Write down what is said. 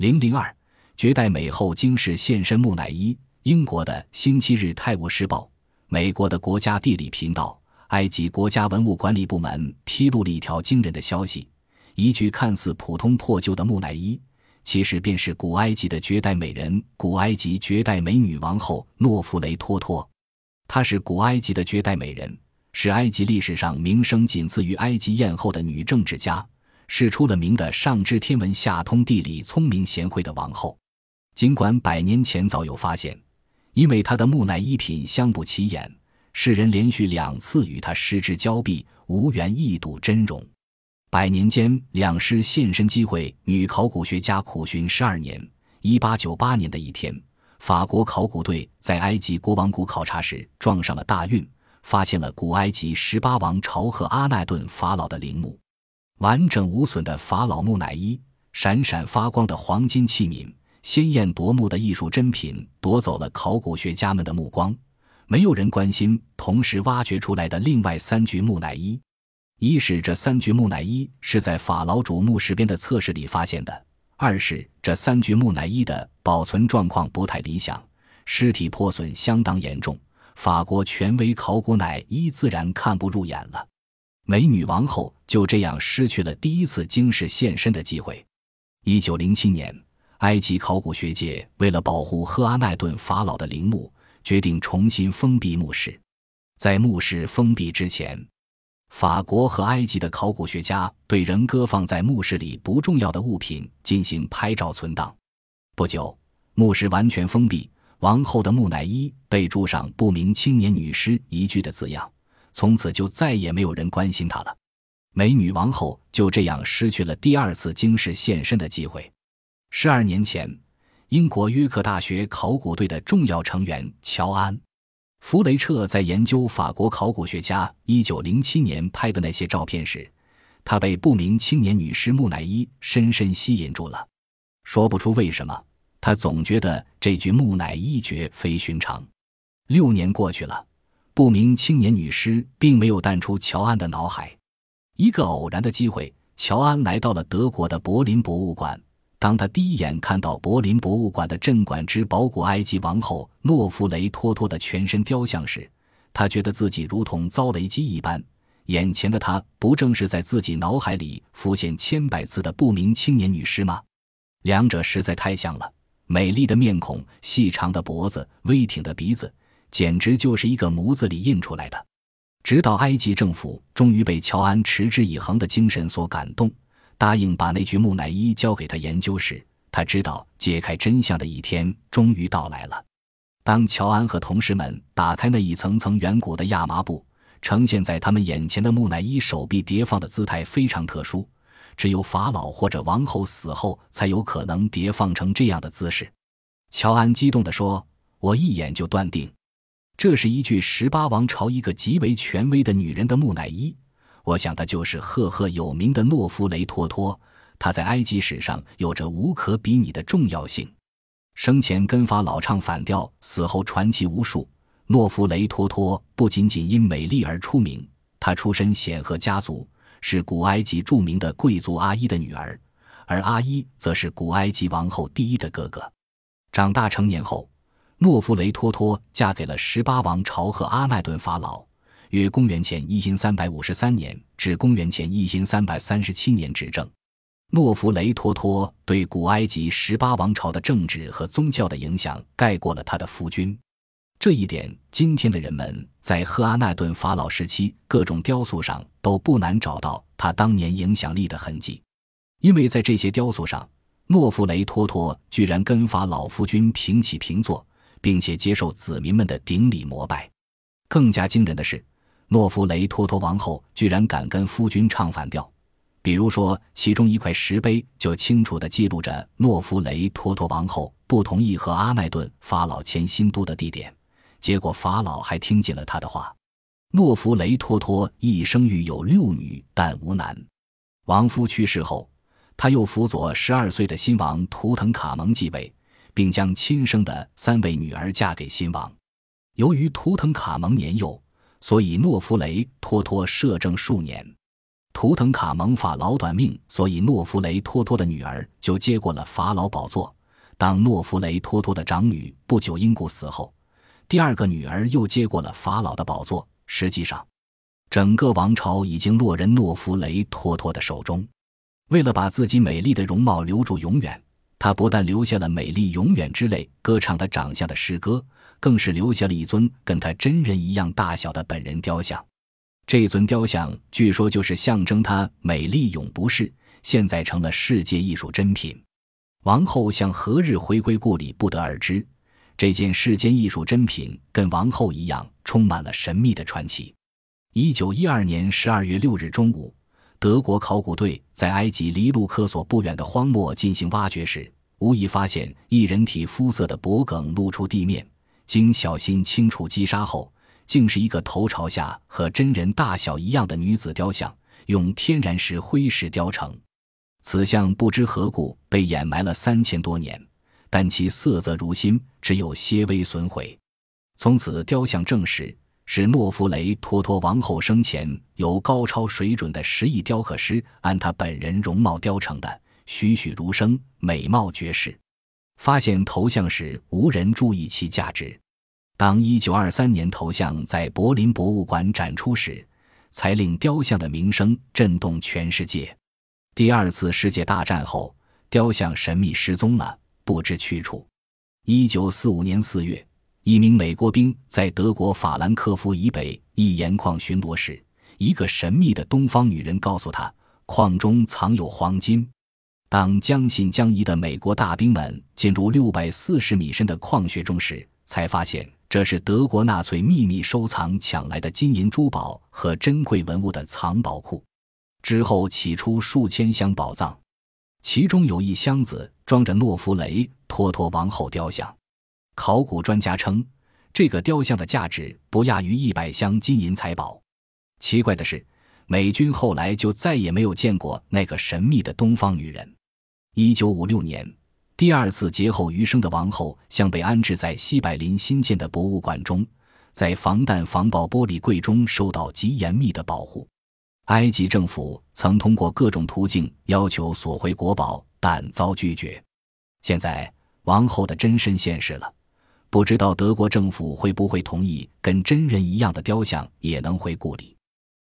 002绝代美后惊世现身木乃伊。英国的《星期日泰晤士报》，美国的国家地理频道，埃及国家文物管理部门披露了一条惊人的消息：一具看似普通破旧的木乃伊，其实便是古埃及的绝代美人，古埃及绝代美女王后诺弗雷托托。她是古埃及的绝代美人，是埃及历史上名声仅次于埃及艳后的女政治家，是出了名的上知天文下通地理聪明贤惠的王后。尽管100年前早有发现，因为她的木乃伊品相不起眼，世人连续2次与她失之交臂，无缘一睹真容。100年间两失现身机会，女考古学家苦寻12年。1898年的一天，法国考古队在埃及国王谷考察时撞上了大运，发现了古埃及18王朝和阿奈顿法老的陵墓。完整无损的法老木乃伊，闪闪发光的黄金器皿，鲜艳夺目的艺术珍品夺走了考古学家们的目光。没有人关心同时挖掘出来的另外3具木乃伊。一是这3具木乃伊是在法老主墓石边的侧室里发现的，二是这3具木乃伊的保存状况不太理想，尸体破损相当严重，法国权威考古乃伊自然看不入眼了。美女王后就这样失去了第一次惊世现身的机会。1907年，埃及考古学界为了保护赫阿奈顿法老的陵墓，决定重新封闭墓室。在墓室封闭之前，法国和埃及的考古学家对仍搁放在墓室里不重要的物品进行拍照存档。不久，墓室完全封闭，王后的木乃伊被注上不明青年女尸一具的字样，从此就再也没有人关心她了。美女王后就这样失去了第2次惊世现身的机会。12年前，英国约克大学考古队的重要成员乔安·弗雷彻在研究法国考古学家1907年拍的那些照片时，他被不明青年女尸木乃伊深深吸引住了。说不出为什么，他总觉得这具木乃伊绝非寻常。6年过去了，不明青年女尸并没有淡出乔安的脑海。一个偶然的机会，乔安来到了德国的柏林博物馆。当他第一眼看到柏林博物馆的镇馆之宝古埃及王后诺弗雷托托的全身雕像时，他觉得自己如同遭雷击一般。眼前的她不正是在自己脑海里浮现千百次的不明青年女尸吗？两者实在太像了，美丽的面孔，细长的脖子，微挺的鼻子，简直就是一个模子里印出来的。直到埃及政府终于被乔安持之以恒的精神所感动，答应把那具木乃伊交给他研究时，他知道揭开真相的一天终于到来了。当乔安和同事们打开那一层层远古的亚麻布，呈现在他们眼前的木乃伊手臂叠放的姿态非常特殊，只有法老或者王后死后才有可能叠放成这样的姿势。乔安激动地说：“我一眼就断定，这是一具18王朝一个极为权威的女人的木乃伊。我想她就是赫赫有名的诺弗雷托托，她在埃及史上有着无可比拟的重要性。生前跟法老唱反调，死后传奇无数。诺弗雷托托不仅仅因美丽而出名，她出身显赫家族，是古埃及著名的贵族阿伊的女儿，而阿伊则是古埃及王后第一的哥哥。长大成年后，诺弗雷托托嫁给了18王朝和阿奈顿法老，约公元前1353年至公元前1337年执政。诺弗雷托托对古埃及18王朝的政治和宗教的影响盖过了他的夫君。这一点，今天的人们在赫阿奈顿法老时期各种雕塑上都不难找到他当年影响力的痕迹。因为在这些雕塑上，诺弗雷托托居然跟法老夫君平起平坐，并且接受子民们的顶礼膜拜。更加惊人的是，诺弗雷托托王后居然敢跟夫君唱反调。比如说，其中一块石碑就清楚地记录着诺弗雷托托王后不同意和阿奈顿法老迁新都的地点，结果法老还听进了他的话。诺弗雷托托一生育有6女，但无男。亡夫去世后，他又辅佐12岁的新王图腾卡蒙继位，并将亲生的3位女儿嫁给新王。由于图腾卡蒙年幼，所以诺弗雷托托摄政数年。 图腾卡蒙法老短命，所以诺弗雷托托的女儿就接过了法老宝座。当诺弗雷托托的长女不久因故死后，第二个女儿又接过了法老的宝座。实际上，整个王朝已经落人诺弗雷托托的手中。为了把自己美丽的容貌留住永远，他不但留下了美丽永远之类歌唱他长相的诗歌，更是留下了一尊跟他真人一样大小的本人雕像。这尊雕像据说就是象征她美丽永不逝，现在成了世界艺术珍品。王后向何日回归故里不得而知，这件世间艺术珍品跟王后一样充满了神秘的传奇。1912年12月6日中午，德国考古队在埃及离路克索不远的荒漠进行挖掘时，无意发现一人体肤色的脖梗露出地面，经小心清除击杀后，竟是一个头朝下和真人大小一样的女子雕像，用天然石灰石雕成。此像不知何故被掩埋了3000多年，但其色泽如新，只有些微损毁。从此雕像证实是诺弗雷托托王后生前由高超水准的10亿雕刻师按她本人容貌雕成的，栩栩如生，美貌绝世。发现头像时无人注意其价值，当1923年头像在柏林博物馆展出时，才令雕像的名声震动全世界。第二次世界大战后，雕像神秘失踪了，不知去处。1945年4月，一名美国兵在德国法兰克福以北一盐矿巡逻时，一个神秘的东方女人告诉他，矿中藏有黄金。当将信将疑的美国大兵们进入640米深的矿穴中时，才发现这是德国纳粹秘密收藏抢来的金银珠宝和珍贵文物的藏宝库。之后起出数千箱宝藏，其中有一箱子装着诺弗雷托托王后雕像。考古专家称，这个雕像的价值不亚于100箱金银财宝。奇怪的是，美军后来就再也没有见过那个神秘的东方女人。1956年，第二次劫后余生的王后像被安置在西柏林新建的博物馆中，在防弹防爆玻璃柜中受到极严密的保护。埃及政府曾通过各种途径要求索回国宝，但遭拒绝。现在王后的真身现世了，不知道德国政府会不会同意跟真人一样的雕像也能回故里。